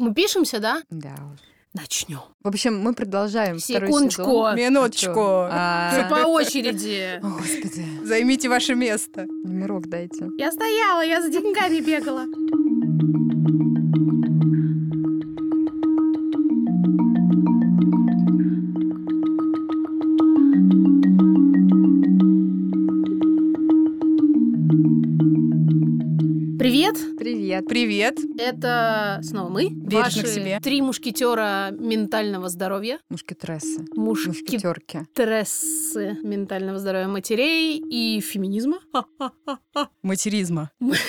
Мы пишемся, да? Да уж. Начнем. В общем, мы продолжаем второй Секундочку. сезон. Минуточку. Все по очереди. О, Господи. Займите ваше место. Номерок дайте. Я стояла, я за деньгами бегала. Привет! Привет. Привет. Это снова мы, Бережно ваши к себе. 3 мушкетера ментального здоровья. Мушкетрессы. Мушкетеры. Мушкетерки. Ментального здоровья матерей и феминизма. Материзма.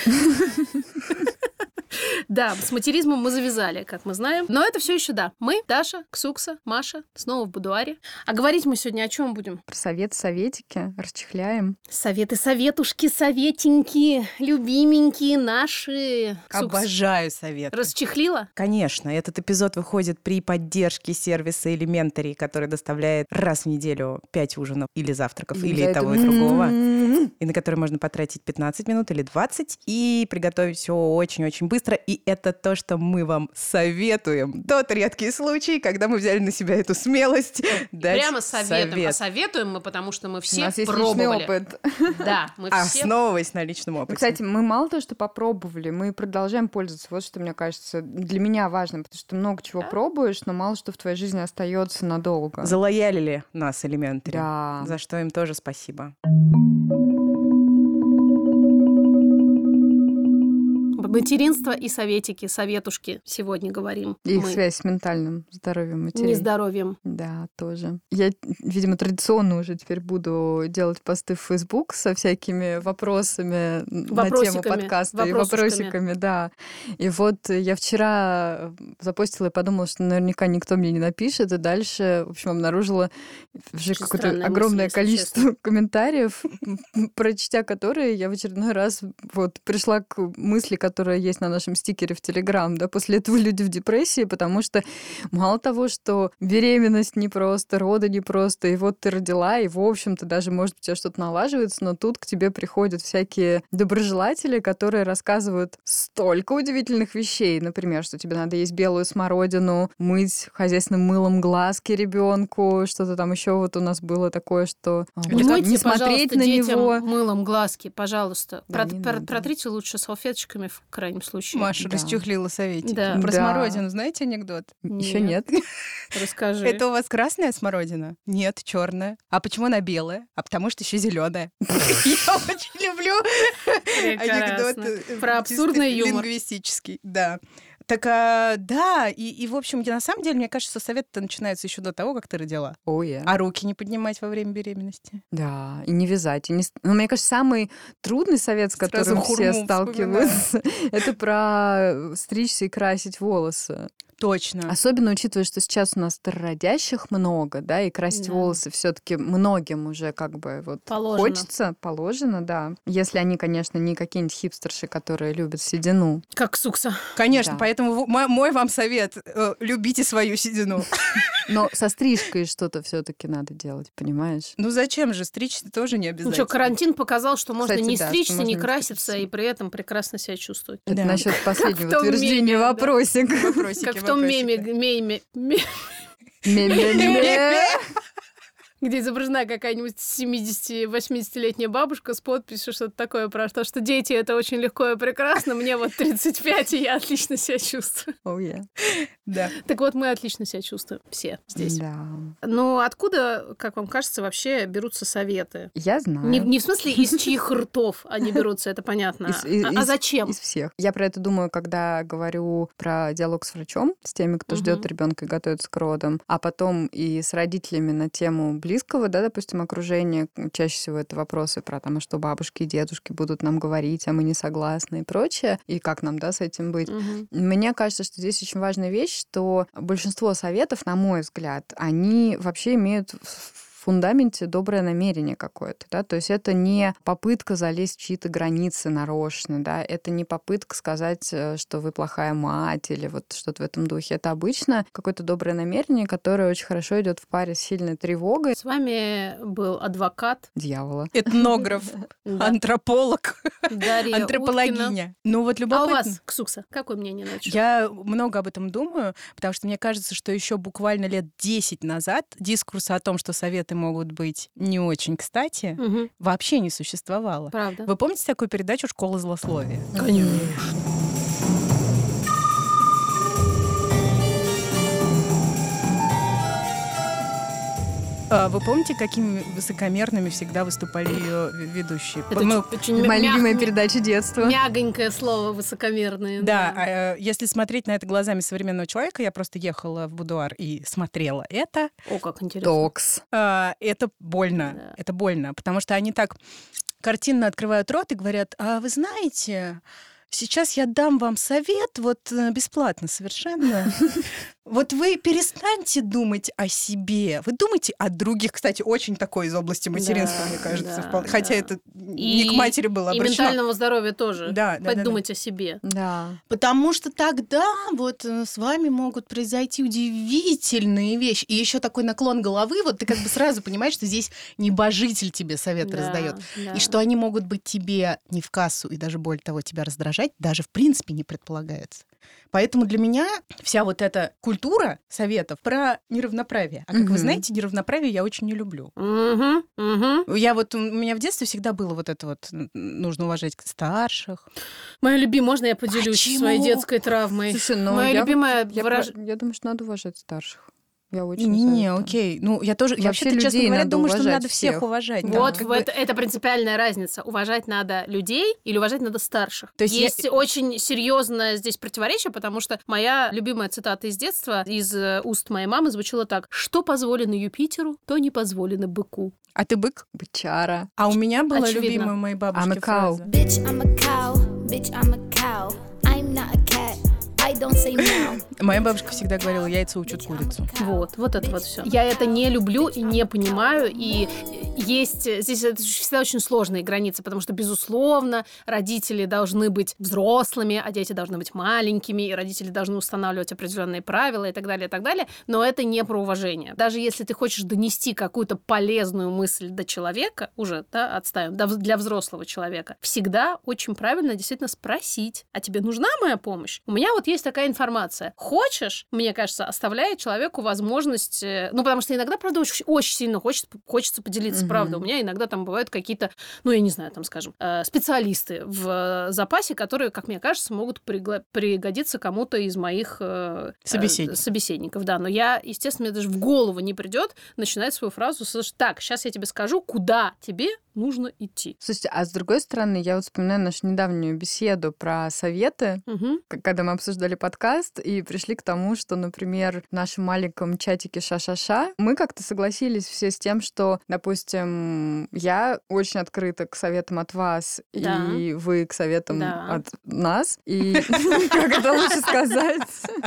Да, с материзмом мы завязали, как мы знаем. Но это все еще да. Мы, Даша, Ксукса, Маша, снова в будуаре. А говорить мы сегодня о чем будем? Про советики. Расчехляем. Советы, советушки, советеньки, любименькие наши. Ксукс, Обожаю советы. расчехлила? Конечно, этот эпизод выходит при поддержке сервиса Elementary, который доставляет раз в неделю 5 ужинов или завтраков, или за и это того, и другого, и на который можно потратить 15 минут или 20, и приготовить все очень-очень быстро. И это то, что мы вам советуем. Тот редкий случай, когда мы взяли на себя эту смелость дать Прямо советуем. совет. А советуем мы, потому что мы У все нас есть пробовали. личный опыт. Да, мы все... Основываясь на личном опыте. Ну, кстати, мы мало того, что попробовали, мы продолжаем пользоваться. Вот что, мне кажется, для меня важно, потому что ты много чего пробуешь, но мало что в твоей жизни остается надолго. Залоялили нас Elementary. Да. За что им тоже спасибо. Материнство и советики, советушки сегодня говорим. И их мы. связь с ментальным здоровьем матерей. Нездоровьем. Да, тоже. Я, видимо, традиционно уже теперь буду делать посты в Facebook со всякими вопросами на тему подкаста и вопросиками, да. И вот я вчера запостила и подумала, что наверняка никто мне не напишет, и дальше, в общем, обнаружила уже Очень какое-то странная огромное мысль, если количество комментариев, прочтя которые я в очередной раз вот пришла к мысли, которая есть на нашем стикере в Телеграм, да, после этого люди в депрессии, потому что мало того, что беременность непросто, роды непросто, и вот ты родила, и, в общем-то, даже, может, у тебя что-то налаживается, но тут к тебе приходят всякие доброжелатели, которые рассказывают столько удивительных вещей, например, что тебе надо есть белую смородину, мыть хозяйственным мылом глазки ребенку, что-то там еще вот у нас было такое, что Не мойте, не смотреть пожалуйста, на детям него. мылом глазки, пожалуйста. Да, не надо. Протрите лучше салфеточками в крайнем случае. Маша Да. расчехлила советики. Да. Про Да. смородину знаете анекдот? Еще нет. Расскажи. Это у вас красная смородина? Нет, черная. А почему она белая? А потому что еще зеленая. Я очень люблю Прекрасно. анекдоты. Про абсурдный юмор. Лингвистический, да. Так, да, и, в общем, на самом деле, мне кажется, совет-то начинается еще до того, как ты родила. А руки не поднимать во время беременности? Да, и не вязать. Ну, мне кажется, самый трудный совет, с Сразу которым все хурму сталкиваются, это про стричься и красить волосы. Точно. Особенно учитывая, что сейчас у нас старородящих много, да, и красить Да. волосы все-таки многим уже как бы вот Положено. положено, да. Если они, конечно, не какие-нибудь хипстерши, которые любят седину. Как сукса. Конечно, Да. поэтому мой вам совет – любите свою седину. Но со стрижкой что-то все-таки надо делать, понимаешь? Ну зачем же? Стричься тоже не Ну обязательно. что, карантин показал, что можно Кстати, не да, стричься, что можно не не краситься стричься. и при этом прекрасно себя чувствовать. Это Да. насчет последнего в том утверждения меме, да. вопросик. Вопросики, Как в том вопросики. Ме-ме-ме. где изображена какая-нибудь 70-80-летняя бабушка с подписью, что-то такое про то, что дети — это очень легко и прекрасно, мне вот 35, и я отлично себя чувствую. Oh, yeah. Да. Так вот, мы отлично себя чувствуем все здесь. Да. Но откуда, как вам кажется, вообще берутся советы? Я знаю. Не в смысле, из чьих ртов они берутся, это понятно. А зачем? Из всех. Я про это думаю, когда говорю про диалог с врачом, с теми, кто ждет ребенка и готовится к родам, а потом и с родителями на тему близкого, да, допустим, окружения. Чаще всего это вопросы про там, что бабушки и дедушки будут нам говорить, а мы не согласны и прочее, и как нам, да, с этим быть. Мне кажется, что здесь очень важная вещь, что большинство советов, на мой взгляд, они вообще имеют фундаменте доброе намерение какое-то, да, то есть это не попытка залезть в чьи-то границы нарочно, да, это не попытка сказать, что вы плохая мать или вот что-то в этом духе. Это обычно какое-то доброе намерение, которое очень хорошо идет в паре с сильной тревогой. С вами был адвокат. Дьявола. Этнограф, антрополог, Дарья антропологиня. Уткина. Ну вот А у любопытно. вас, Ксукса, какое мнение на этот счет? Я много об этом думаю, потому что мне кажется, что еще буквально лет 10 назад дискурса о том, что советы могут быть не очень кстати, Мгм. вообще не существовало. Правда. Вы помните такую передачу «Школа злословия»? Конечно. Вы помните, какими высокомерными всегда выступали ее ведущие? Это Мы- очень Моя любимая мягкое- передача детства. мягонькое слово высокомерные. Да, если смотреть на это глазами современного человека, я просто ехала в будуар и смотрела это. О, как интересно. Токс. Это больно. Да. Это больно, потому что они так картинно открывают рот и говорят: а вы знаете, сейчас я дам вам совет, вот бесплатно совершенно. Вот вы перестаньте думать о себе. Вы думайте о других. Кстати, очень такой из области материнства, Да, мне кажется. да, вполне. Хотя да. это не к матери было И обращено. ментального здоровья тоже. Да, да, да, Подумать о себе. Да. Потому что тогда вот с вами могут произойти удивительные вещи. И еще такой наклон головы, вот ты как бы сразу понимаешь, что здесь небожитель тебе советы Да, раздает. да. И что они могут быть тебе не в кассу, и даже более того, тебя раздражать, даже в принципе не предполагается. Поэтому для меня вся вот эта культура советов про неравноправие. А как вы Мгм. знаете, неравноправие я очень не люблю. Мгм, мгм. У меня в детстве всегда было вот это вот, нужно уважать старших. Моя любимая, можно я поделюсь Почему? своей детской травмой? Слушай, ну Моя я любимая Я думаю, что надо уважать старших. Я очень Не, за это. окей. Ну, я тоже, я Вообще вообще-то, честно людей говоря, надо думаю, что уважать надо всех всех. уважать. да. Вот Как бы- это принципиальная разница. Уважать надо людей или уважать надо старших. То есть есть очень серьезное здесь противоречие, потому что моя любимая цитата из детства из уст моей мамы звучала так: что позволено Юпитеру, то не позволено быку. А ты бык? Бычара. А у меня была Очевидно. любимая у моей бабушки I'm a cow. фраза. Bitch, I'm a cow. Bitch, I'm a cow. I'm not a cat. I don't say meow. Моя бабушка всегда говорила: яйца учат курицу. Вот это вот все. Я это не люблю и не понимаю, и есть здесь это всегда очень сложные границы, потому что, безусловно, родители должны быть взрослыми, а дети должны быть маленькими, и родители должны устанавливать определенные правила и так далее, но это не про уважение. Даже если ты хочешь донести какую-то полезную мысль до человека, уже, да, отставим, для взрослого человека, всегда очень правильно действительно спросить: а тебе нужна моя помощь? У меня вот есть такая информация. Хочешь, мне кажется, оставляет человеку возможность... Ну, потому что иногда, правда, очень сильно хочется поделиться, правда. У меня иногда там бывают какие-то, ну, я не знаю, там, скажем, специалисты в запасе, которые, как мне кажется, могут пригодиться кому-то из моих собеседников. Да, но я, естественно, мне даже в голову не придет начинать свою фразу с: так, сейчас я тебе скажу, куда тебе нужно идти. Слушайте, а с другой стороны, я вот вспоминаю нашу недавнюю беседу про советы, Угу. когда мы обсуждали подкаст и пришли к тому, что, например, в нашем маленьком чатике «Ша-ша-ша» мы как-то согласились все с тем, что, допустим, я очень открыта к советам от вас, Да. и вы к советам Да. от нас. И как это лучше сказать?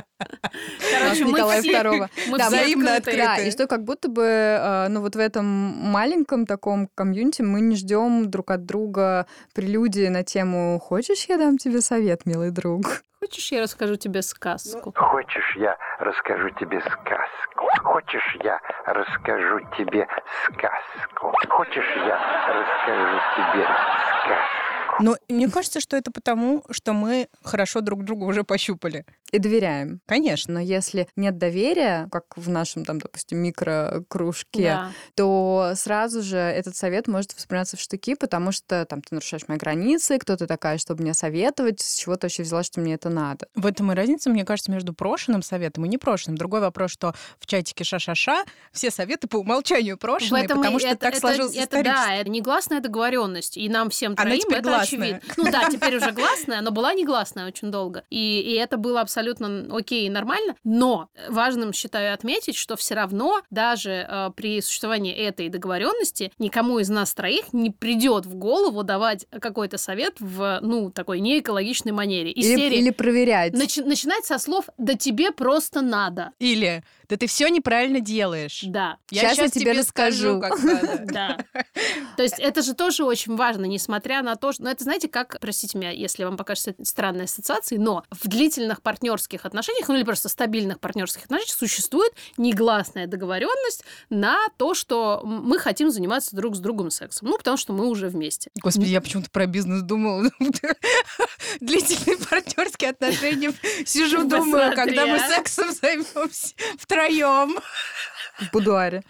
Короче, мы Николая все, II. мы Да, все взаимно открытые. Да, и что как будто бы, ну вот в этом маленьком таком комьюнити мы не ждем друг от друга прелюдии на тему «Хочешь, я дам тебе совет, милый друг?» Хочешь, я расскажу тебе сказку? Хочешь, я расскажу тебе сказку? Хочешь, я расскажу тебе сказку? Хочешь, я расскажу тебе сказку? Но мне кажется, что это потому, что мы хорошо друг друга уже пощупали. И доверяем. Конечно. Но если нет доверия, как в нашем, там, допустим, микрокружке, Да. то сразу же этот совет может восприниматься в штыки, потому что там ты нарушаешь мои границы, кто ты такая, чтобы мне советовать, с чего ты вообще взяла, что мне это надо. В этом и разница, мне кажется, между прошенным советом и непрошенным. Другой вопрос, что в чатике «Ша-ша-ша» все советы по умолчанию прошенные, потому что так сложилось исторически. Да, это негласная договоренность, и нам всем Она троим теперь это гласная. очевидно. Ну да, теперь уже гласная, но была негласная очень долго. И это было абсолютно абсолютно окей и нормально, но важным считаю отметить, что все равно даже при существовании этой договоренности никому из нас троих не придет в голову давать какой-то совет в, такой неэкологичной манере. Или проверять. Начинать со слов «да тебе просто надо». Или «да ты все неправильно делаешь». Да. Сейчас я тебе расскажу. Да. То есть это же тоже очень важно, несмотря на то, что... это, знаете, как, простите меня, если вам покажется странной ассоциацией, но в длительных партнерских отношениях, или просто стабильных партнерских отношениях существует негласная договоренность на то, что мы хотим заниматься друг с другом сексом. Потому что мы уже вместе. Господи, я почему-то про бизнес думала. Длительные партнерские отношения. Сижу, думаю, когда мы сексом займемся втроем. В будуаре.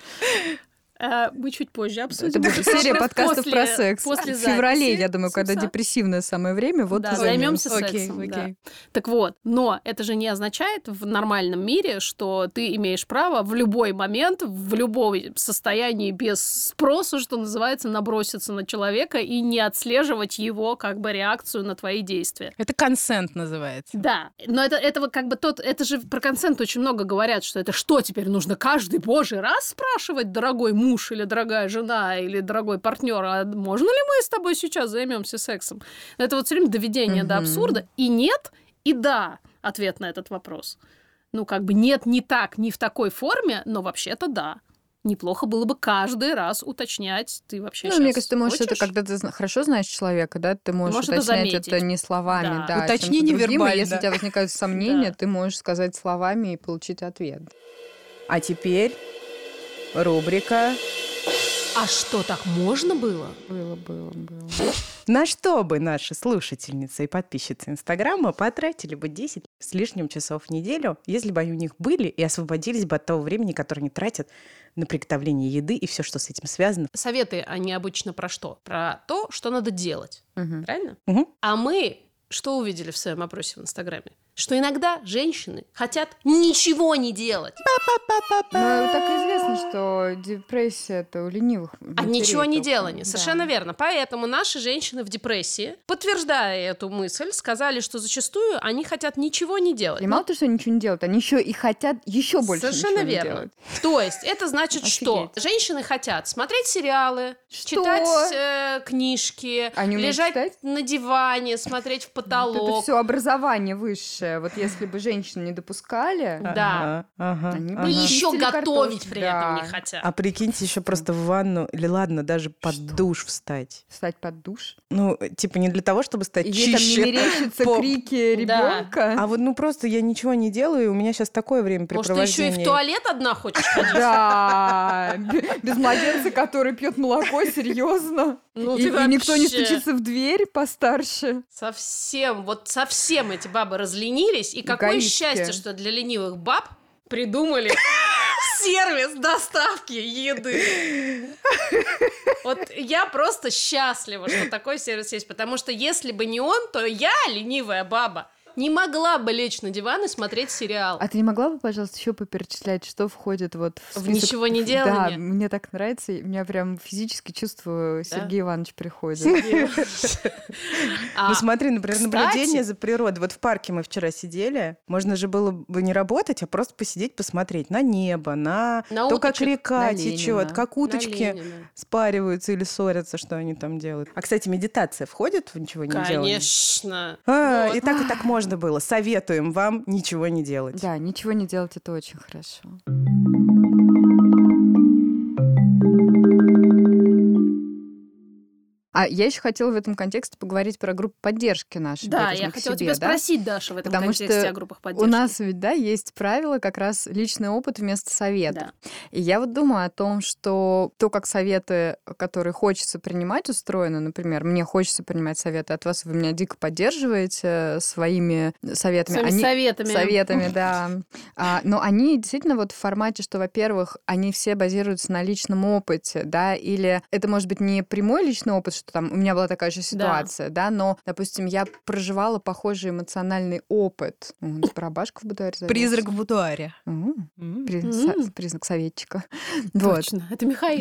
Мы чуть позже обсудим. Это будет серия подкастов про секс. После в феврале, я думаю, когда депрессивное самое время, вот займемся сексом. Да. Так вот, но это же не означает в нормальном мире, что ты имеешь право в любой момент, в любом состоянии без спроса, что называется, наброситься на человека и не отслеживать его реакцию на твои действия. Это консент называется. Да, но это же про консент очень много говорят, что это что теперь нужно каждый божий раз спрашивать, дорогой муж или дорогая жена или дорогой партнер, а можно ли мы с тобой сейчас займемся сексом? Это все время доведение до абсурда. И нет, и да, ответ на этот вопрос. Нет, не так, не в такой форме, но вообще-то да. Неплохо было бы каждый раз уточнять, ты вообще сейчас мне кажется, ты можешь хочешь? Это, когда ты хорошо знаешь человека, да, ты можешь уточнять это не словами, да, уточни невербально. Если у тебя возникают сомнения, ты можешь сказать словами и получить ответ. А теперь рубрика «А что, так можно было?» Было. На что бы наши слушательницы и подписчицы Инстаграма потратили бы 10 с лишним часов в неделю, если бы они у них были и освободились бы от того времени, которое они тратят на приготовление еды и все, что с этим связано. Советы, они обычно про что? Про то, что надо делать. Правильно? Угу. А мы что увидели в своем опросе в Инстаграме? Что иногда женщины хотят ничего не делать. Так известно, что депрессия это у ленивых. А ничего не делание. Совершенно верно. Поэтому наши женщины в депрессии, подтверждая эту мысль, сказали, что зачастую они хотят ничего не делать. И мало того, что они ничего не делают, они еще и хотят еще больше Совершенно ничего верно. не делать. То есть это значит, что женщины хотят смотреть сериалы, читать книжки, лежать на диване, смотреть в потолок. Это все образование высшее. Вот если бы женщин не допускали, они бы еще готовить при этом не хотят. А прикиньте, еще просто в ванну, или ладно, даже под душ встать. Встать под душ? Не для того, чтобы стать чище. И там не мерещатся крики ребенка. А просто я ничего не делаю, и у меня сейчас такое времяпрепровождение. Может, ты еще и в туалет одна хочешь ходить? Да, без младенца, который пьет молоко, серьезно. И никто не стучится в дверь постарше. Совсем эти бабы разленились. И какое счастье, что для ленивых баб придумали сервис доставки еды. Вот я просто счастлива, что такой сервис есть. Потому что если бы не он, то я, ленивая баба, не могла бы лечь на диван и смотреть сериал. А ты не могла бы, пожалуйста, еще поперечислять, что входит в список? Ничего не делание? Да, мне так нравится. У меня прям физически чувствую, Сергей Иванович приходит. Смотри, например, наблюдение за природой. Вот в парке мы вчера сидели. Можно же было бы не работать, а просто посидеть, посмотреть на небо, на то, как река течет, как уточки спариваются или ссорятся, что они там делают. А, кстати, медитация входит в ничего не делание? Конечно. И так можно было. Советуем вам ничего не делать. Да, ничего не делать — это очень хорошо. А я еще хотела в этом контексте поговорить про группу поддержки нашей. Да, я хотела тебя спросить, Даша, в этом контексте о группах поддержки. У нас ведь, есть правило как раз личный опыт вместо совета. Да. И я думаю о том, что то, как советы, которые хочется принимать, устроены, например, мне хочется принимать советы от вас, вы меня дико поддерживаете своими советами. Советами, да. Но они действительно в формате, что, во-первых, они все базируются на личном опыте, да, или это может быть не прямой личный опыт, что что там у меня была такая же ситуация, да, но, допустим, я проживала похожий эмоциональный опыт. Барабашка в будуаре завелся. Призрак в будуаре. Признак советчика. Точно. Это Михаил.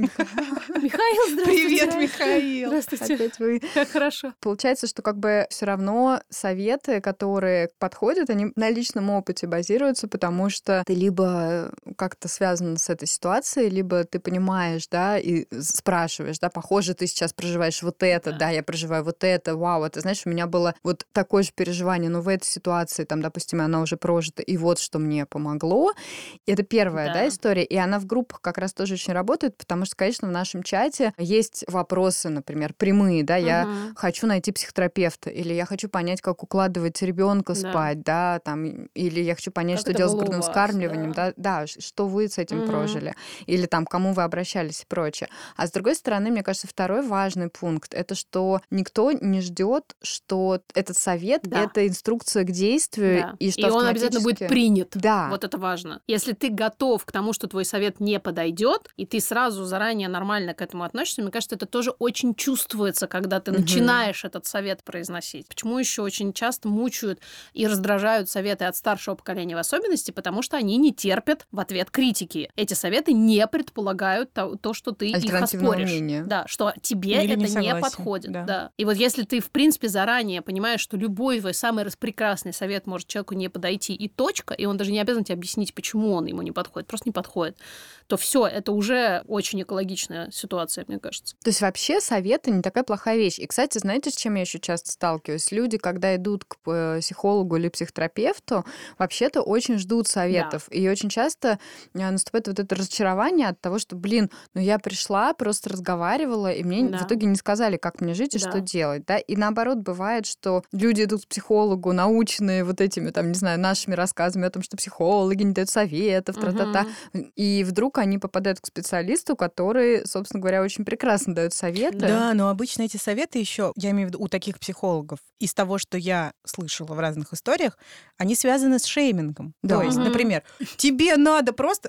Михаил, здравствуйте. Привет, Михаил. Здравствуйте. Опять вы. Как хорошо. Получается, что как бы все равно советы, которые подходят, они на личном опыте базируются, потому что ты либо как-то связан с этой ситуацией, либо ты понимаешь, да, и спрашиваешь, да, похоже, ты сейчас проживаешь вот это, да, я проживаю вот это, вау, это, знаешь, у меня было вот такое же переживание, но в этой ситуации, там, допустим, она уже прожита, и вот что мне помогло. Это первая, да, история, и она в группах как раз тоже очень работает, потому что, конечно, в нашем чате есть вопросы, например, прямые, да, я хочу найти психотерапевта, или я хочу понять, как укладывать ребенка спать, да, там, или я хочу понять, как что делать с грудным вскармливанием, да, что вы с этим прожили, или там, к кому вы обращались и прочее. А с другой стороны, мне кажется, второй важный пункт — это что никто не ждет, что этот совет — это инструкция к действию, и что он обязательно будет принят. Да. Вот это важно. Если ты готов к тому, что твой совет не подойдет, и ты сразу заранее нормально к этому относишься, мне кажется, это тоже очень чувствуется, когда ты начинаешь этот совет произносить. Почему еще очень часто мучают и раздражают советы от старшего поколения в особенности? Потому что они не терпят в ответ критики. Эти советы не предполагают то, что ты их оспоришь. Мнения. Да, что тебе или это не подходит. Да. И вот если ты, в принципе, заранее понимаешь, что любой твой самый распрекрасный совет может человеку не подойти, и точка, и он даже не обязан тебе объяснить, почему он ему не подходит, просто не подходит, то все, это уже очень экологичная ситуация, мне кажется. То есть вообще советы не такая плохая вещь. И, кстати, знаете, с чем я еще часто сталкиваюсь? Люди, когда идут к психологу или психотерапевту, вообще-то очень ждут советов. Да. И очень часто наступает вот это разочарование от того, что, я пришла, просто разговаривала, и мне в итоге не сказали, как мне жить и что делать. Да? И наоборот, бывает, что люди идут к психологу, наученные вот этими, там, не знаю, нашими рассказами о том, что психологи не дают советов, тра-та-та. И вдруг они попадают к специалисту, который, собственно говоря, очень прекрасно дает советы. Да, но обычно эти советы еще, я имею в виду у таких психологов, из того, что я слышала в разных историях, они связаны с шеймингом. Да. То есть, например, тебе надо просто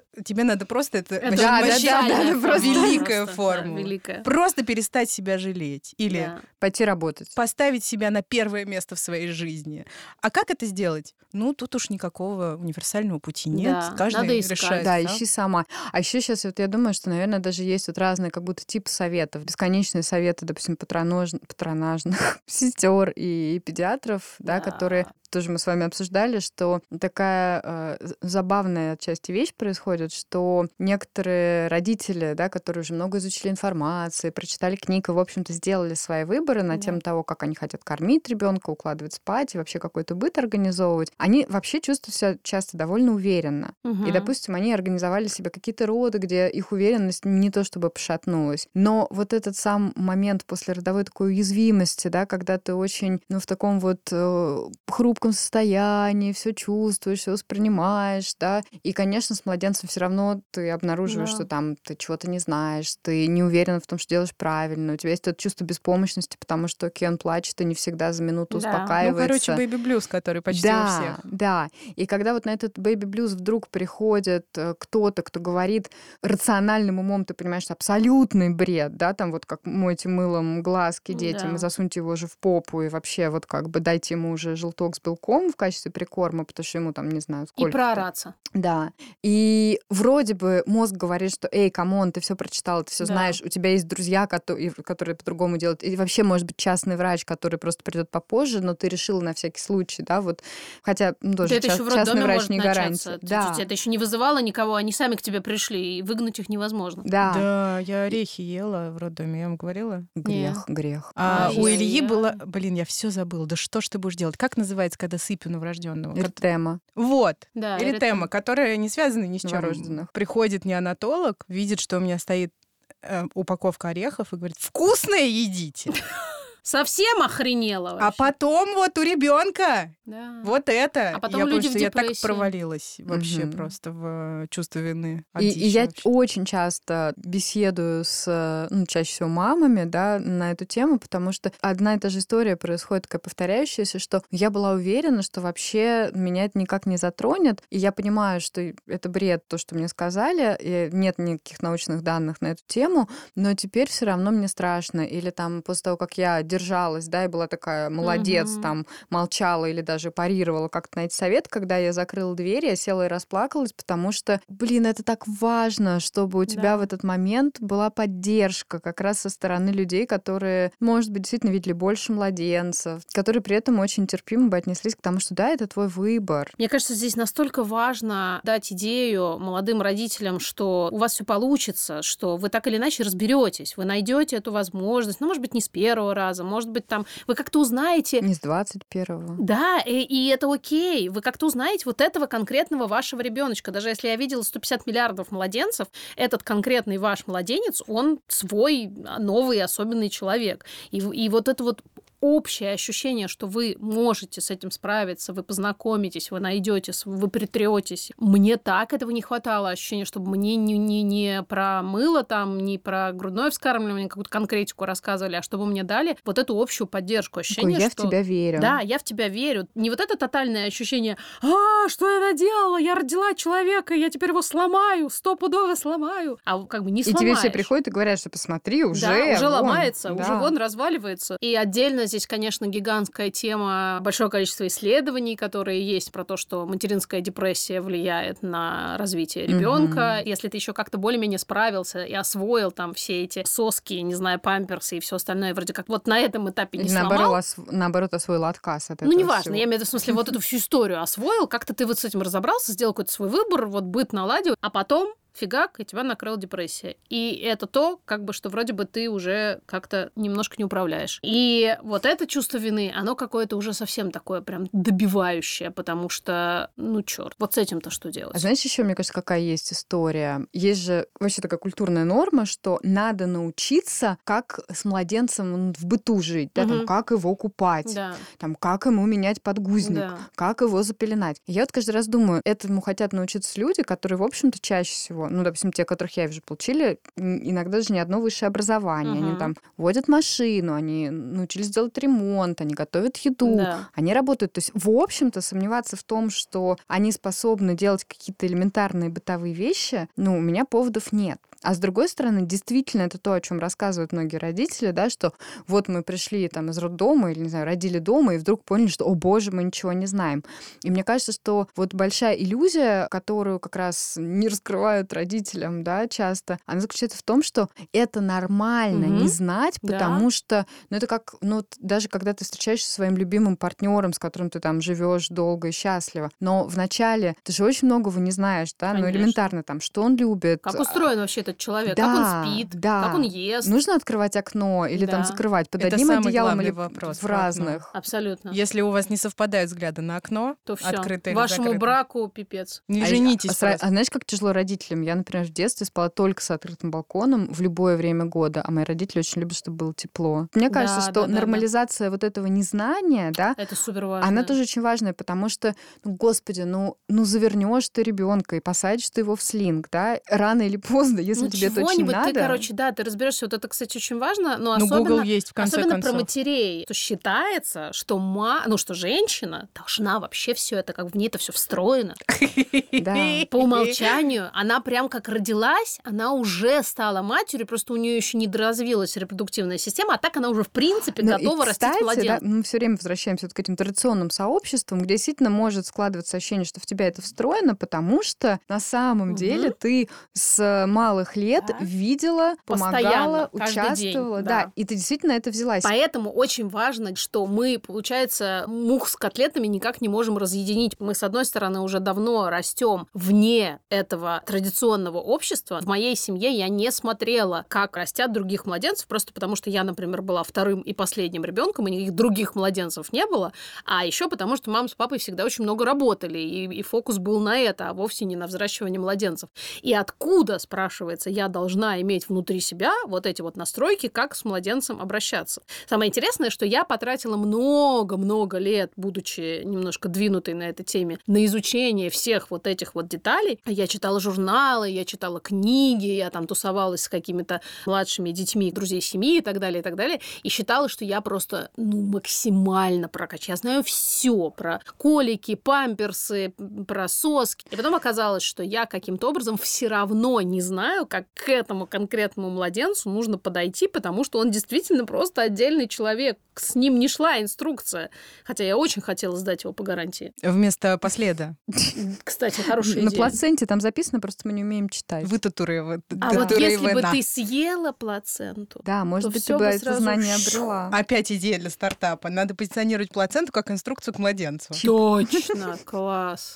это великая формула. Просто перестать себя жалеть. Или пойти работать. Поставить себя на первое место в своей жизни. А как это сделать? Тут уж никакого универсального пути нет. Да, каждый решает. Да, ищи сама. А еще сейчас я думаю, что, наверное, даже есть разные как будто типы советов. Бесконечные советы, допустим, патронажных сестер и педиатров, да, которые тоже мы с вами обсуждали, что такая забавная отчасти вещь происходит, что некоторые родители, да, которые уже много изучили информации, прочитали книг и, в общем-то, сделали свои выборы на тему того, как они хотят кормить ребенка, укладывать спать и вообще какой-то быт организовывать, они вообще чувствуют себя часто довольно уверенно. И, допустим, они организовали себе какие-то роды, где их уверенность не то чтобы пошатнулась. Но вот этот сам момент после родовой такой уязвимости, да, когда ты очень, в таком вот хрупком состоянии, все чувствуешь, все воспринимаешь, да. И, конечно, с младенцем все равно ты обнаруживаешь, что там ты чего-то не знаешь, ты не уверена в том, что делаешь правильно, у тебя есть это чувство беспомощности, потому что он плачет и не всегда за минуту успокаивается. бэйби-блюз, который почти у всех. Да. И когда вот на этот бэйби-блюз вдруг приходит кто-то, кто говорит рациональным умом, ты понимаешь, что абсолютный бред, да, там вот как мойте мылом глазки детям и засуньте его уже в попу, и вообще вот как бы дайте ему уже желток с белком в качестве прикорма, потому что ему там, не знаю, сколько. И проораться. Да. И вроде бы мозг говорит, что эй, камон, ты все прочитал, ты все знаешь, у тебя есть друзья, которые по-другому делают. И вообще, может быть, частный врач, который просто придет попозже, но ты решила на всякий случай, да, вот. Хотя тоже частный врач не гарантия. Да. Это еще не вызывало никого, они сами к тебе пришли, и выгнать их невозможно. Да, я орехи ела в роддоме, я вам говорила? Грех. А у Ильи было... я все забыла. Да что ж ты будешь делать? Как называется, когда сыпь у новорожденного? Эритема. Вот. Да, эритема, которая не связана ни с чем. Новорожденных. Приходит неонатолог, видит, что у меня стоит упаковка орехов и говорит: вкусное едите. совсем охренела вообще. А потом вот у ребенка Да. вот это. А потом люди в я так депрессии. провалилась вообще Мгм. просто в чувство вины. И я очень часто беседую с, чаще всего мамами, да, на эту тему, потому что одна и та же история происходит, такая повторяющаяся, что я была уверена, что вообще меня это никак не затронет, и я понимаю, что это бред, то, что мне сказали, и нет никаких научных данных на эту тему, но теперь все равно мне страшно. Или там после того, как я держалась, да, и была такая молодец, Мгм. там молчала или даже парировала как-то на эти советы, когда я закрыла дверь, я села и расплакалась, потому что, это так важно, чтобы у тебя Да. в этот момент была поддержка как раз со стороны людей, которые, может быть, действительно видели больше младенцев, которые при этом очень терпимо бы отнеслись к тому, что да, это твой выбор. Мне кажется, здесь настолько важно дать идею молодым родителям, что у вас все получится, что вы так или иначе разберетесь, вы найдете эту возможность, может быть, не с первого раза, может быть, там вы как-то узнаете. Не с 21-го. Да, и это окей. Вы как-то узнаете вот этого конкретного вашего ребеночка. Даже если я видела 150 миллиардов младенцев, этот конкретный ваш младенец, он свой новый особенный человек. И вот это вот общее ощущение, что вы можете с этим справиться, вы познакомитесь, вы найдетесь, вы притретесь. Мне так этого не хватало, ощущение, чтобы мне не про мыло, там, не про грудное вскармливание, какую-то конкретику рассказывали, а чтобы мне дали вот эту общую поддержку, ощущение, Я что... в тебя верю. Да, я в тебя верю. Не вот это тотальное ощущение, что я наделала, я родила человека, я теперь его сломаю, стопудово сломаю. А как бы не И сломаешь. тебе все приходят и говорят, что посмотри, уже уже вон, ломается, да. уже вон разваливается. И отдельно здесь, конечно, гигантская тема, большое количество исследований, которые есть про то, что материнская депрессия влияет на развитие ребенка. Если ты еще как-то более-менее справился и освоил там все эти соски, не знаю, памперсы и все остальное, вроде как вот на этом этапе не Или сломал. наоборот, освоил отказ от этого Неважно, всего. я имею в виду, в смысле, вот эту всю историю освоил, как-то ты вот с этим разобрался, сделал какой-то свой выбор, вот быт наладил, а потом фигак, и тебя накрыла депрессия. И это то, как бы, что вроде бы ты уже как-то немножко не управляешь. И вот это чувство вины, оно какое-то уже совсем такое прям добивающее, потому что, чёрт, вот с этим-то что делать? А знаешь, еще, мне кажется, какая есть история? Есть же вообще такая культурная норма, что надо научиться, как с младенцем в быту жить, да, там, как его купать, Да. там, как ему менять подгузник, Да. как его запеленать. И я вот каждый раз думаю, этому хотят научиться люди, которые, в общем-то, чаще всего, допустим, те, которых я вижу, получили иногда даже не одно высшее образование. Они там водят машину, они научились делать ремонт, они готовят еду, Да. они работают. То есть, в общем-то, сомневаться в том, что они способны делать какие-то элементарные бытовые вещи, у меня поводов нет. А с другой стороны, действительно, это то, о чем рассказывают многие родители, да, что вот мы пришли там из роддома или, не знаю, родили дома, и вдруг поняли, что, о боже, мы ничего не знаем. И мне кажется, что вот большая иллюзия, которую как раз не раскрывают родителям, да, часто, она заключается в том, что это нормально не знать, потому что, это как, даже когда ты встречаешься со своим любимым партнером, с которым ты там живешь долго и счастливо, но вначале ты же очень многого не знаешь, да, Конечно. элементарно там, что он любит. Как устроен вообще этот человек, Да, как он спит, да. как он ест. Нужно открывать окно или там Да. закрывать под Это одним самый одеялом главный или вопрос в про окно. разных. Абсолютно. Если у вас не совпадают взгляды на окно, То все. открытое или Вашему закрытое, браку пипец. не женитесь А просто. знаешь, как тяжело родителям? Я, например, в детстве спала только с открытым балконом в любое время года, а мои родители очень любят, чтобы было тепло. Мне кажется, Да, что да, нормализация вот этого незнания, да, Это супер важно. она тоже очень важная, потому что, господи, завернешь ты ребенка и посадишь ты его в слинг, да, рано или поздно, если тебе это очень чего-нибудь надо. ты разберешься. Вот это, кстати, очень важно, но Google особенно, есть, в конце особенно концов. про матерей. То считается, что что женщина должна вообще все это, как в ней это все встроено. Да. По умолчанию она прям как родилась, она уже стала матерью, просто у нее еще не доразвилась репродуктивная система, а так она уже в принципе готова растить кстати, младенца. да, мы все время возвращаемся к этим традиционным сообществам, где действительно может складываться ощущение, что в тебя это встроено, потому что на самом деле ты с малых лет Да. видела, помогала, Постоянно, каждый участвовала, день, да, да. и ты действительно это взялась. Поэтому очень важно, что мы, получается, мух с котлетами никак не можем разъединить. Мы, с одной стороны, уже давно растем вне этого традиционного общества. В моей семье я не смотрела, как растят других младенцев, просто потому что я, например, была вторым и последним ребенком, и никаких других младенцев не было. А еще потому, что мама с папой всегда очень много работали, и фокус был на это, а вовсе не на взращивание младенцев. И откуда, спрашивается оказывается, я должна иметь внутри себя вот эти вот настройки, как с младенцем обращаться. Самое интересное, что я потратила много-много лет, будучи немножко двинутой на этой теме, на изучение всех вот этих вот деталей. Я читала журналы, я читала книги, я там тусовалась с какими-то младшими детьми, друзей семьи и так далее, и считала, что я просто, максимально прокачана. Я знаю все про колики, памперсы, про соски. И потом оказалось, что я каким-то образом все равно не знаю, как к этому конкретному младенцу нужно подойти, потому что он действительно просто отдельный человек. С ним не шла инструкция. Хотя я очень хотела сдать его по гарантии. Вместо последа. Кстати, хорошая идея. На плаценте там записано, просто мы не умеем читать. А вот если бы ты съела плаценту, да, может быть, ты бы это знание обрела. Опять идея для стартапа. Надо позиционировать плаценту как инструкцию к младенцу. Точно, класс.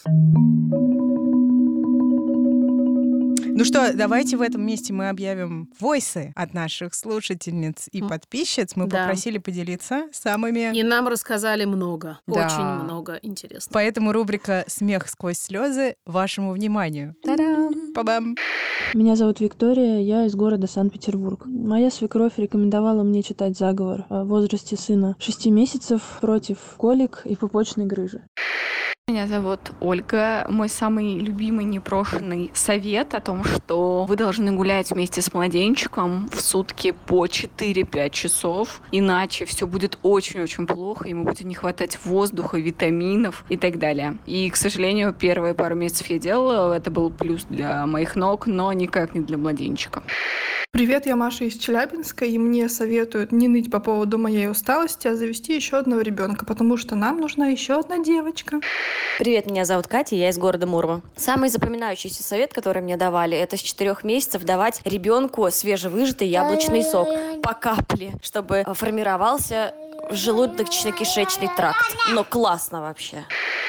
Ну что, давайте в этом месте мы объявим войсы от наших слушательниц и подписчиц. Мы попросили поделиться самыми... И нам рассказали много, очень Да. много интересного. Поэтому рубрика «Смех сквозь слезы» вашему вниманию. Та-дам! Па-бам! Меня зовут Виктория, я из города Санкт-Петербург. Моя свекровь рекомендовала мне читать заговор о возрасте сына 6 месяцев против колик и пупочной грыжи. Меня зовут Ольга. Мой самый любимый непрошенный совет о том, что вы должны гулять вместе с младенчиком в сутки по 4-5 часов, иначе все будет очень-очень плохо, ему будет не хватать воздуха, витаминов и так далее. И, к сожалению, первые пару месяцев я делала, это был плюс для моих ног, но никак не для младенчика. Привет, я Маша из Челябинска, и мне советуют не ныть по поводу моей усталости, а завести еще одного ребенка, потому что нам нужна еще одна девочка. Привет, меня зовут Катя, я из города Мурма. Самый запоминающийся совет, который мне давали, это с 4 месяцев давать ребенку свежевыжатый яблочный сок по капле, чтобы формировался желудочно-кишечный тракт. Но классно вообще.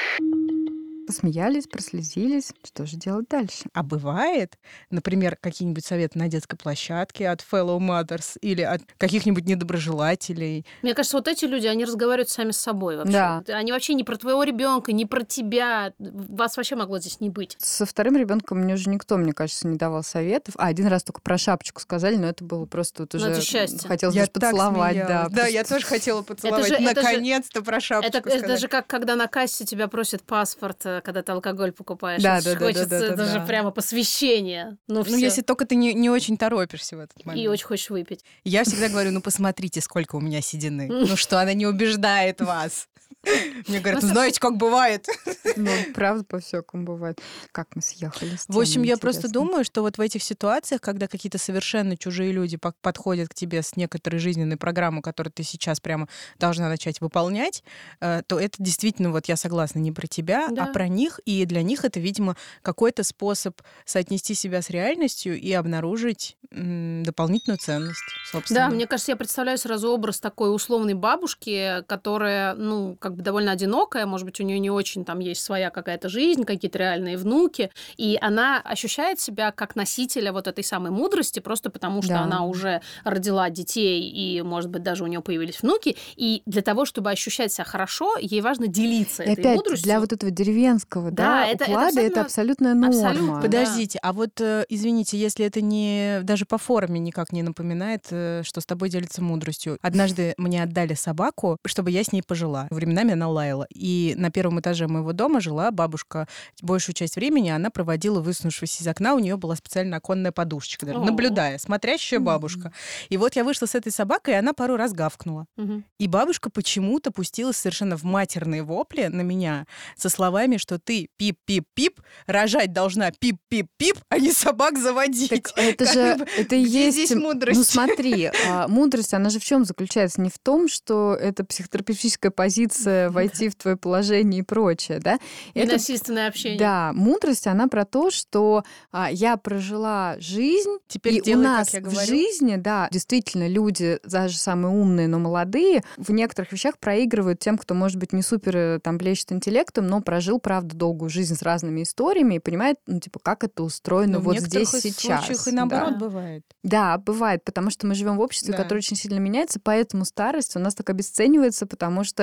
Посмеялись, прослезились. Что же делать дальше? А бывает, например, какие-нибудь советы на детской площадке от fellow mothers или от каких-нибудь недоброжелателей? Мне кажется, вот эти люди, они разговаривают сами с собой вообще. Да. Они вообще не про твоего ребенка, не про тебя. Вас вообще могло здесь не быть. Со вторым ребенком мне уже никто, мне кажется, не давал советов. Один раз только про шапочку сказали, но это было просто вот уже... это счастье. Хотелось Я даже поцеловать, так да. Да, я тоже хотела поцеловать. Наконец-то про шапочку Это сказать. же как когда на кассе тебя просят паспорт, когда ты алкоголь покупаешь. Да, Это да, ж хочется, да, это же да. прямо посвящение. Ну, Ну, если только ты не очень торопишься в этот момент. И очень хочешь выпить. Я всегда говорю, посмотрите, сколько у меня седины. Ну что, она не убеждает вас. Мне говорят, знаете, как бывает. Ну, правда, по-всякому бывает. Как мы съехали с В общем, темы, я просто интересно. думаю, что вот в этих ситуациях, когда какие-то совершенно чужие люди подходят к тебе с некоторой жизненной программой, которую ты сейчас прямо должна начать выполнять, то это действительно, вот я согласна, не про тебя, Да. а про них. И для них это, видимо, какой-то способ соотнести себя с реальностью и обнаружить дополнительную ценность, собственно. Да, мне кажется, я представляю сразу образ такой условной бабушки, которая, как бы довольно одинокая, может быть, у нее не очень там есть своя какая-то жизнь, какие-то реальные внуки, и она ощущает себя как носителя вот этой самой мудрости, просто потому что Да. она уже родила детей, и, может быть, даже у нее появились внуки, и для того, чтобы ощущать себя хорошо, ей важно делиться И этой опять, мудростью. для вот этого деревенского Да, это уклада это абсолютная норма. абсолютно. Подождите, а вот, извините, если это не даже по форме никак не напоминает, что с тобой делится мудростью. Однажды мне отдали собаку, чтобы я с ней пожила. Временами она лаяла. И на первом этаже моего дома жила бабушка. Большую часть времени она проводила, высунувшись из окна, у нее была специальная оконная подушечка, даже, наблюдая, смотрящая бабушка. И вот я вышла с этой собакой, и она пару раз гавкнула. И бабушка почему-то пустилась совершенно в матерные вопли на меня со словами, что ты пип-пип-пип, рожать должна пип-пип-пип, а не собак заводить. Так это же, это и Где есть... здесь мудрость? Ну смотри, мудрость, она же в чем заключается? Не в том, что это психотерапевтическая позиция войти в твое положение и прочее, да? И насильственное общение. Да, мудрость, она про то, что я прожила жизнь, Теперь и делай, у нас как я в говорю. жизни, да, действительно, люди, даже самые умные, но молодые, в некоторых вещах проигрывают тем, кто, может быть, не супер там блещет интеллектом, но прожил, правда, долгую жизнь с разными историями и понимает, как это устроено Но в вот некоторых здесь сейчас. случаях и наоборот Да. бывает. Да, бывает, потому что мы живем в обществе, Да. которое очень сильно меняется, поэтому старость у нас так обесценивается, потому что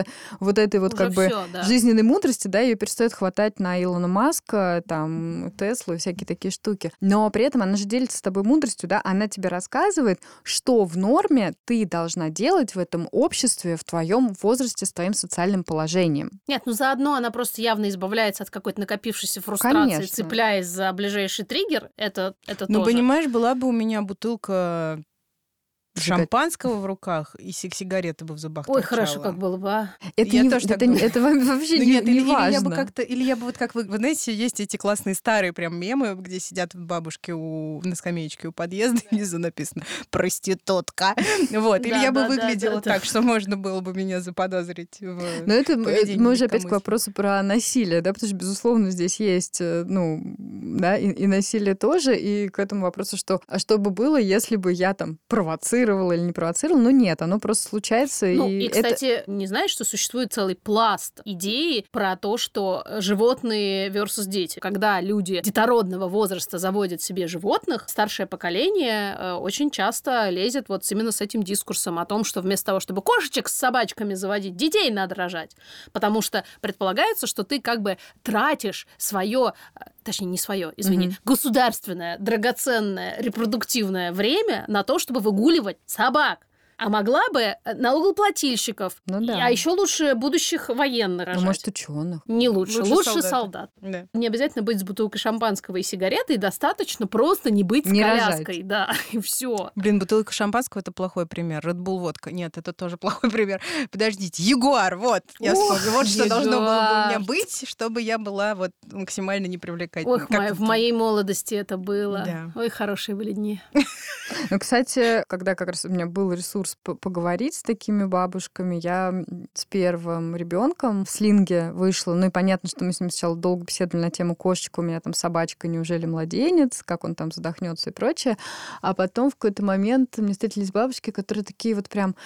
вот этой вот Уже как бы всё, да. жизненной мудрости, да, ее перестает хватать на Илона Маска, там, Теслу и всякие такие штуки. Но при этом она же делится с тобой мудростью, да, она тебе рассказывает, что в норме ты должна делать в этом обществе, в твоем возрасте, с твоим социальным положением. Нет, ну заодно она просто явно избавляется от какой-то накопившейся фрустрации, Конечно. цепляясь за ближайший триггер. Это Ну, тоже. понимаешь, была бы у меня бутылка Сигарет. шампанского в руках, и сигареты бы в зубах Ой, торчала. хорошо, как было бы, а? Это, Я не, тоже так это, думаю. это вообще Ну не, нет, не или я важно. бы как-то, или я бы вот как вы знаете, есть эти классные старые прям мемы, где сидят бабушки на скамеечке у подъезда, внизу написано «проститутка». Вот, или Да, я бы да, да, выглядела да, так, да. что можно было бы меня заподозрить в Но это поведении мы уже опять к легкомысленном. вопросу про насилие, да, потому что, безусловно, здесь есть, ну, да, и насилие тоже, и к этому вопросу, что, а что бы было, если бы я там провоцировала или не провоцировала, ну, нет, оно просто случается, Ну, и и, это... кстати, не знаешь, что существует целый пласт идеи про то, что животные versus дети. Когда люди детородного возраста заводят себе животных, старшее поколение очень часто лезет вот именно с этим дискурсом о том, что вместо того, чтобы кошечек с собачками заводить, детей надо рожать. Потому что предполагается, что ты как бы тратишь свое, точнее, не свое, извини, государственное, драгоценное, репродуктивное время на то, чтобы выгуливать собак. А могла бы налогоплательщиков, Ну да. а еще лучше будущих военных рожать. Ну, может, ученых. Не лучше, лучше солдата. солдат. Да. Не обязательно быть с бутылкой шампанского и сигаретой, достаточно просто не быть с Не коляской, да, и все. Блин, бутылка шампанского — это плохой пример. Red Bull водка. Нет, это тоже плохой пример. Подождите, Ягуар, вот. Я вспомнила. Вот что должно было бы у меня быть, чтобы я была вот максимально непривлекательной. Ох, Как в моей молодости это было. Да. Ой, хорошие были дни. Ну, кстати, когда как раз у меня был ресурс поговорить с такими бабушками, я с первым ребенком в слинге вышла. Ну и понятно, что мы с ним сначала долго беседовали на тему кошечка, у меня там собачка, неужели младенец, как он там задохнется и прочее. А потом в какой-то момент мне встретились бабушки, которые такие вот прям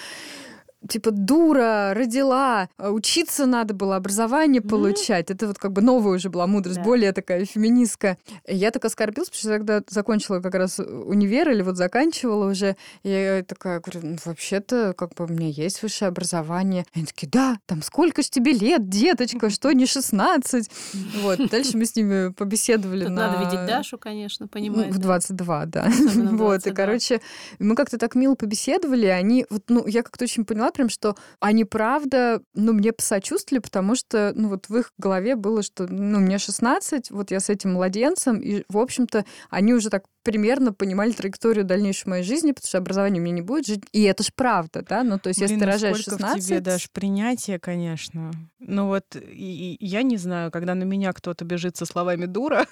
типа дура, родила, учиться надо было, образование получать. Это вот как бы новая уже была мудрость, Да. более такая феминистская. И я так оскорбилась, потому что я тогда закончила как раз универ или вот заканчивала уже. И я такая говорю, ну, вообще-то как бы у меня есть высшее образование. И они такие, да, там сколько ж тебе лет, деточка, что не 16? Вот. Дальше мы с ними побеседовали Тут на... надо видеть Дашу, конечно, понимаешь. В 22, да. Особенно в Вот, и, 22. короче, мы как-то так мило побеседовали, и они, вот, ну, я как-то очень поняла прям, что они, правда, ну, мне посочувствовали, потому что, ну, вот в их голове было, что, ну, мне 16, вот я с этим младенцем, и, в общем-то, они уже так примерно понимали траекторию дальнейшей моей жизни, потому что образования у меня не будет жить. И это ж правда, да? Ну, то есть, если ты рожаешь сколько 16... в тебе, Даш, принятие, конечно. Ну вот, и я не знаю, когда на меня кто-то бежит со словами «дура»,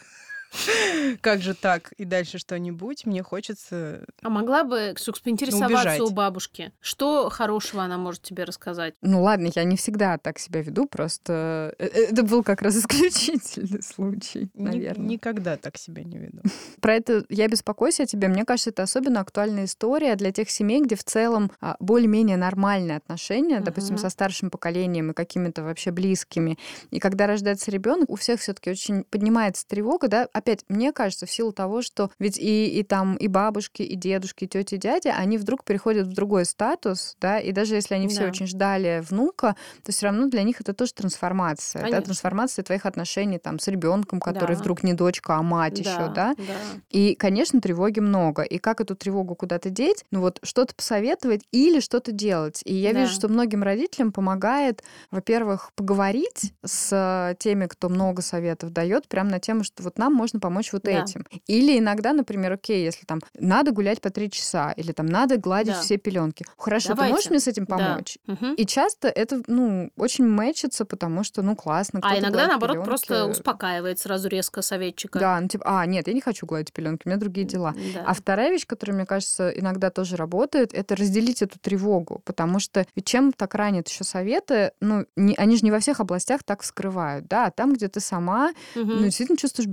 как же так? И дальше что-нибудь, мне хочется... А могла бы, Ксюкс, поинтересоваться убежать. у бабушки, что хорошего она может тебе рассказать? Ну ладно, я не всегда так себя веду, просто это был как раз исключительный случай, наверное. Никогда так себя не веду. Про это я беспокоюсь о тебе. Мне кажется, это особенно актуальная история для тех семей, где в целом более-менее нормальные отношения, допустим, со старшим поколением и какими-то вообще близкими. И когда рождается ребенок, у всех все-таки очень поднимается тревога, да. Опять, мне кажется, в силу того, что ведь и там и бабушки, и дедушки, и тети, и дяди, они вдруг переходят в другой статус, да, и даже если они все Да. очень ждали внука, то все равно для них это тоже трансформация, да, Конечно. трансформация твоих отношений там с ребенком, который Да. вдруг не дочка, а мать еще, да. И, конечно, тревоги много. И как эту тревогу куда-то деть? Ну вот что-то посоветовать или что-то делать. И я Да. вижу, что многим родителям помогает, во-первых, поговорить с теми, кто много советов дает, прямо на тему, что вот нам можно помочь вот Да. этим. Или иногда, например, окей, если там надо гулять по 3 часа, или там надо гладить Да. все пеленки. Хорошо, Давайте. ты можешь мне с этим Да. помочь? Мгм. И часто это, ну, очень мэчится, потому что, ну, классно. А кто-то иногда, гладит наоборот, пелёнки. просто успокаивает сразу резко советчика. Да, ну типа, нет, я не хочу гладить пеленки, у меня другие дела. Да. А вторая вещь, которая, мне кажется, иногда тоже работает, это разделить эту тревогу, потому что ведь чем так ранят еще советы, ну, они же не во всех областях так вскрывают, да, а там, где ты сама, Мгм. ну, действительно чувствуешь беспомощность,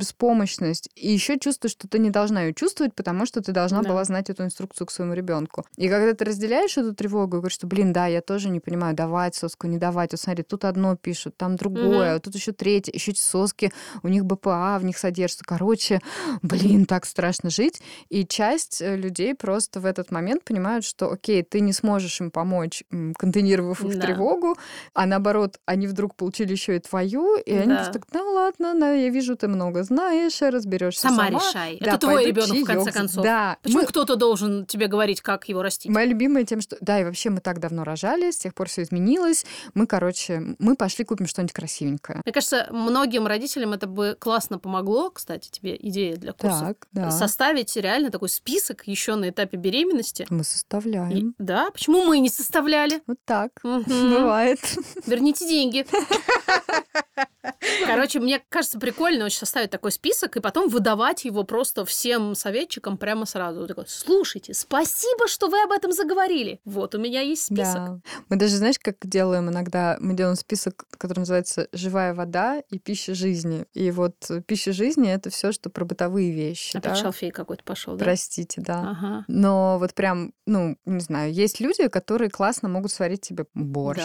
беспомощность, и еще чувство, что ты не должна ее чувствовать, потому что ты должна Да. была знать эту инструкцию к своему ребенку. И когда ты разделяешь эту тревогу и говоришь, что, да, я тоже не понимаю, давать соску, не давать. Вот смотри, тут одно пишут, там другое, тут еще третье, еще эти соски, у них БПА в них содержится. Короче, так страшно жить. И часть людей просто в этот момент понимают, что, окей, ты не сможешь им помочь, контейнировав их Да. тревогу, а наоборот, они вдруг получили еще и твою, и они Да. просто так, ладно, я вижу, ты много знаешь, разберешься Сама сама. решай. Да, Это твой пойду ребенок, в конце чаёк. концов. Да. Почему кто-то должен тебе говорить, как его растить? Моя любимая тем, что... Да, и вообще мы так давно рожали, с тех пор все изменилось. Мы пошли купим что-нибудь красивенькое. Мне кажется, многим родителям это бы классно помогло, кстати, тебе идея для курсов. Так, да. Составить реально такой список еще на этапе беременности. Мы составляем. Да, почему мы не составляли? Вот так. Мгм. Бывает. Верните деньги. Короче, мне кажется, прикольно очень составить такой список и потом выдавать его просто всем советчикам прямо сразу. Такой, слушайте, спасибо, что вы об этом заговорили. Вот у меня есть список. Да. Мы даже, знаешь, как делаем иногда? Мы делаем список, который называется «Живая вода» и «Пища жизни». И вот пища жизни — это все, что про бытовые вещи. Опять да? шалфей какой-то пошел, да? Простите, да. Ага. Но вот прям, не знаю, есть люди, которые классно могут сварить тебе борщ.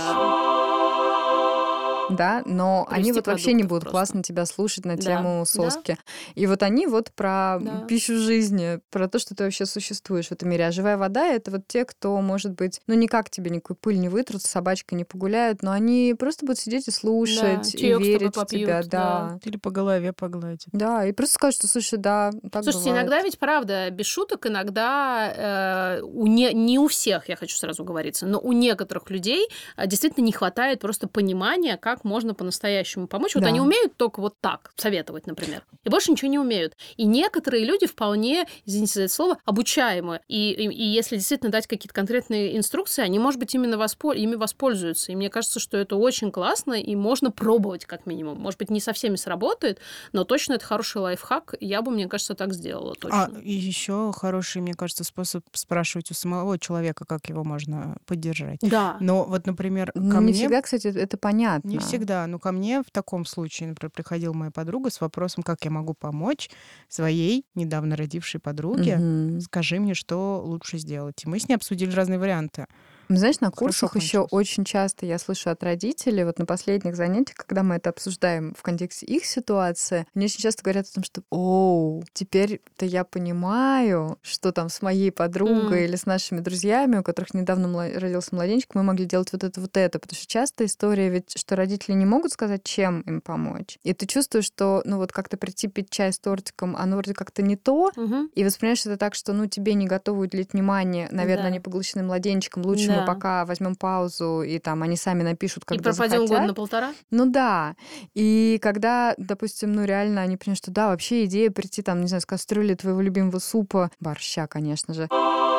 Да, но Привезти они вот вообще не продуктов будут просто. классно тебя слушать на Да. тему соски. И вот они вот про Да. пищу жизни, про то, что ты вообще существуешь в этом мире. А живая вода — это вот те, кто, может быть, никак тебе никакую пыль не вытрут, с собачкой не погуляют, но они просто будут сидеть и слушать, и чаёк с тобой верить в попьют, тебя. да. Или по голове погладить. Да, и просто скажут, что, слушай, да, так Слушайте, бывает. иногда ведь правда, без шуток, иногда не у всех, я хочу сразу говориться, но у некоторых людей действительно не хватает просто понимания, как можно по-настоящему помочь. Вот Да. они умеют только вот так советовать, например, и больше ничего не умеют. И некоторые люди вполне, извините за это слово, обучаемые. И если действительно дать какие-то конкретные инструкции, они, может быть, именно ими воспользуются. И мне кажется, что это очень классно, и можно пробовать как минимум. Может быть, не со всеми сработает, но точно это хороший лайфхак. Я бы, мне кажется, так сделала точно. И еще хороший, мне кажется, способ спрашивать у самого человека, как его можно поддержать. Да. Но вот, например, ко Не мне... всегда, кстати, это понятно. Не всегда. Но ко мне в таком случае, например, приходила моя подруга с вопросом, как я могу помочь своей недавно родившей подруге. Мгм. Скажи мне, что лучше сделать. И мы с ней обсудили разные варианты. Знаешь, на Хорошо курсах еще кончилось. очень часто я слышу от родителей, вот на последних занятиях, когда мы это обсуждаем в контексте их ситуации, они очень часто говорят о том, что теперь-то я понимаю, что там с моей подругой или с нашими друзьями, у которых недавно родился младенчик, мы могли делать вот это. Потому что часто история ведь, что родители не могут сказать, чем им помочь. И ты чувствуешь, что, как-то прийти пить чай с тортиком, оно вроде как-то не то, Мгм. и воспринимаешь это так, что, тебе не готовы уделить внимание, наверное, Да. они поглощены младенчиком, лучше мы Да. пока возьмем паузу, и там они сами напишут, И когда пропадем захотят. год на полтора. Да. И когда, допустим, реально они понимают, что да, вообще идея прийти там, не знаю, с кастрюли твоего любимого супа, борща, конечно же,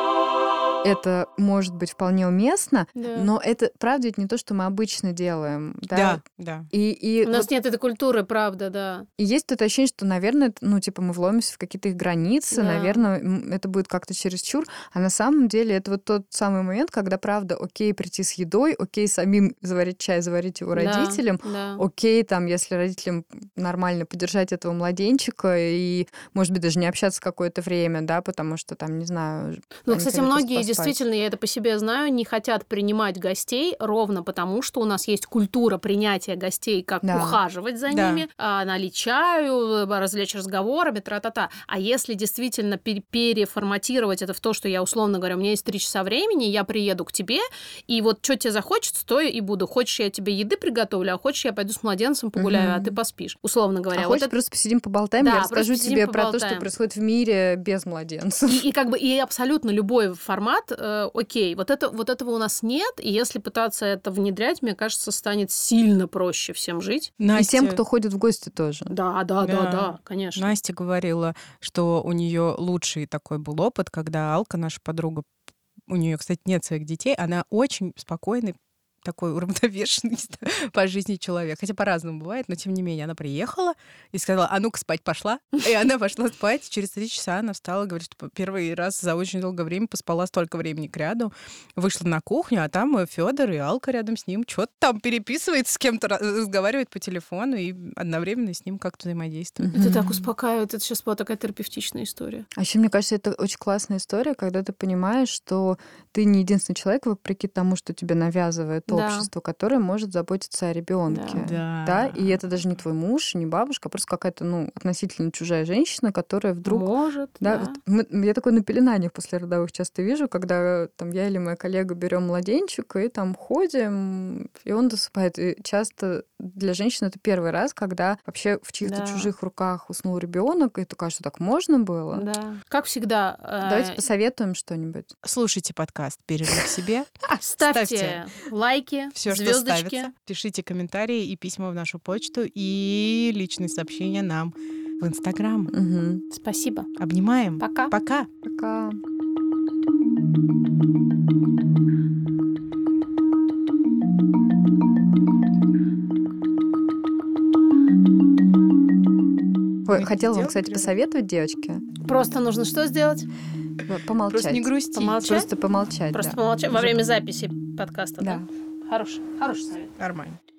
это может быть вполне уместно, Да. но это, правда, ведь не то, что мы обычно делаем. Да. Да. И У нас нет этой культуры, правда, да. И есть тут ощущение, что, наверное, мы вломимся в какие-то их границы, Да. наверное, это будет как-то чересчур. А на самом деле это вот тот самый момент, когда, правда, окей прийти с едой, окей самим заварить чай, заварить его Да, родителям, да. окей, там, если родителям нормально поддержать этого младенчика и, может быть, даже не общаться какое-то время, да, потому что там, не знаю... Ну, они кстати, хотят многие поспать. действительно, я это по себе знаю, не хотят принимать гостей ровно потому, что у нас есть культура принятия гостей, как Да. ухаживать за Да. ними, налить чаю, развлечь разговорами, тра-та-та. А если действительно переформатировать это в то, что я, условно говоря, у меня есть 3 часа времени, я приеду к тебе, и вот что тебе захочется, то и буду. Хочешь, я тебе еды приготовлю, а хочешь, я пойду с младенцем погуляю, а ты поспишь, условно говоря. А Вот хочешь, это- просто посидим, поболтаем, Да, я просто расскажу посидим, тебе про то, что поболтаем. происходит в мире без младенцев. И абсолютно любой формат, окей, вот этого у нас нет, и если пытаться это внедрять, мне кажется, станет сильно проще всем жить. И тем, кто ходит в гости тоже. Да, конечно. Настя говорила, что у нее лучший такой был опыт, когда Алка, наша подруга, у нее, кстати, нет своих детей, она очень спокойный такой уравновешенный по жизни человек. Хотя по-разному бывает, но тем не менее. Она приехала и сказала: а ну-ка спать пошла. И она пошла спать. Через 3 часа она встала, говорит, что первый раз за очень долгое время поспала столько времени кряду. Вышла на кухню, а там Федор и Алка рядом с ним. Что-то там переписывается, с кем-то разговаривает по телефону и одновременно с ним как-то взаимодействует. Это так успокаивает. Это сейчас была такая терапевтичная история. А еще, мне кажется, это очень классная история, когда ты понимаешь, что ты не единственный человек, вопреки тому, что тебе навязывает общество, которое может заботиться о ребенке. Да. И это даже не твой муж, не бабушка, а просто какая-то, относительно чужая женщина, которая вдруг... Может, да. Я такое на пеленаниях послеродовых часто вижу, когда там я или моя коллега берем младенчика и там ходим, и он досыпает. И часто для женщин это первый раз, когда вообще в чьих-то чужих руках уснул ребенок, и такая, что так можно было. Да. Как всегда... Давайте посоветуем что-нибудь. Слушайте подкаст «Перерыв к себе». Ставьте лайки, всё, звездочки. что ставится. Пишите комментарии и письма в нашу почту, и личные сообщения нам в Инстаграм. Спасибо. Обнимаем. Пока. Пока. Пока. Хотела вам, кстати, посоветовать, девочки. Просто нужно что сделать? Помолчать. Просто не грусти. Помолчать? Просто помолчать. Просто помолчать во время записи подкаста, да? Да. Хороший совет. Нормально.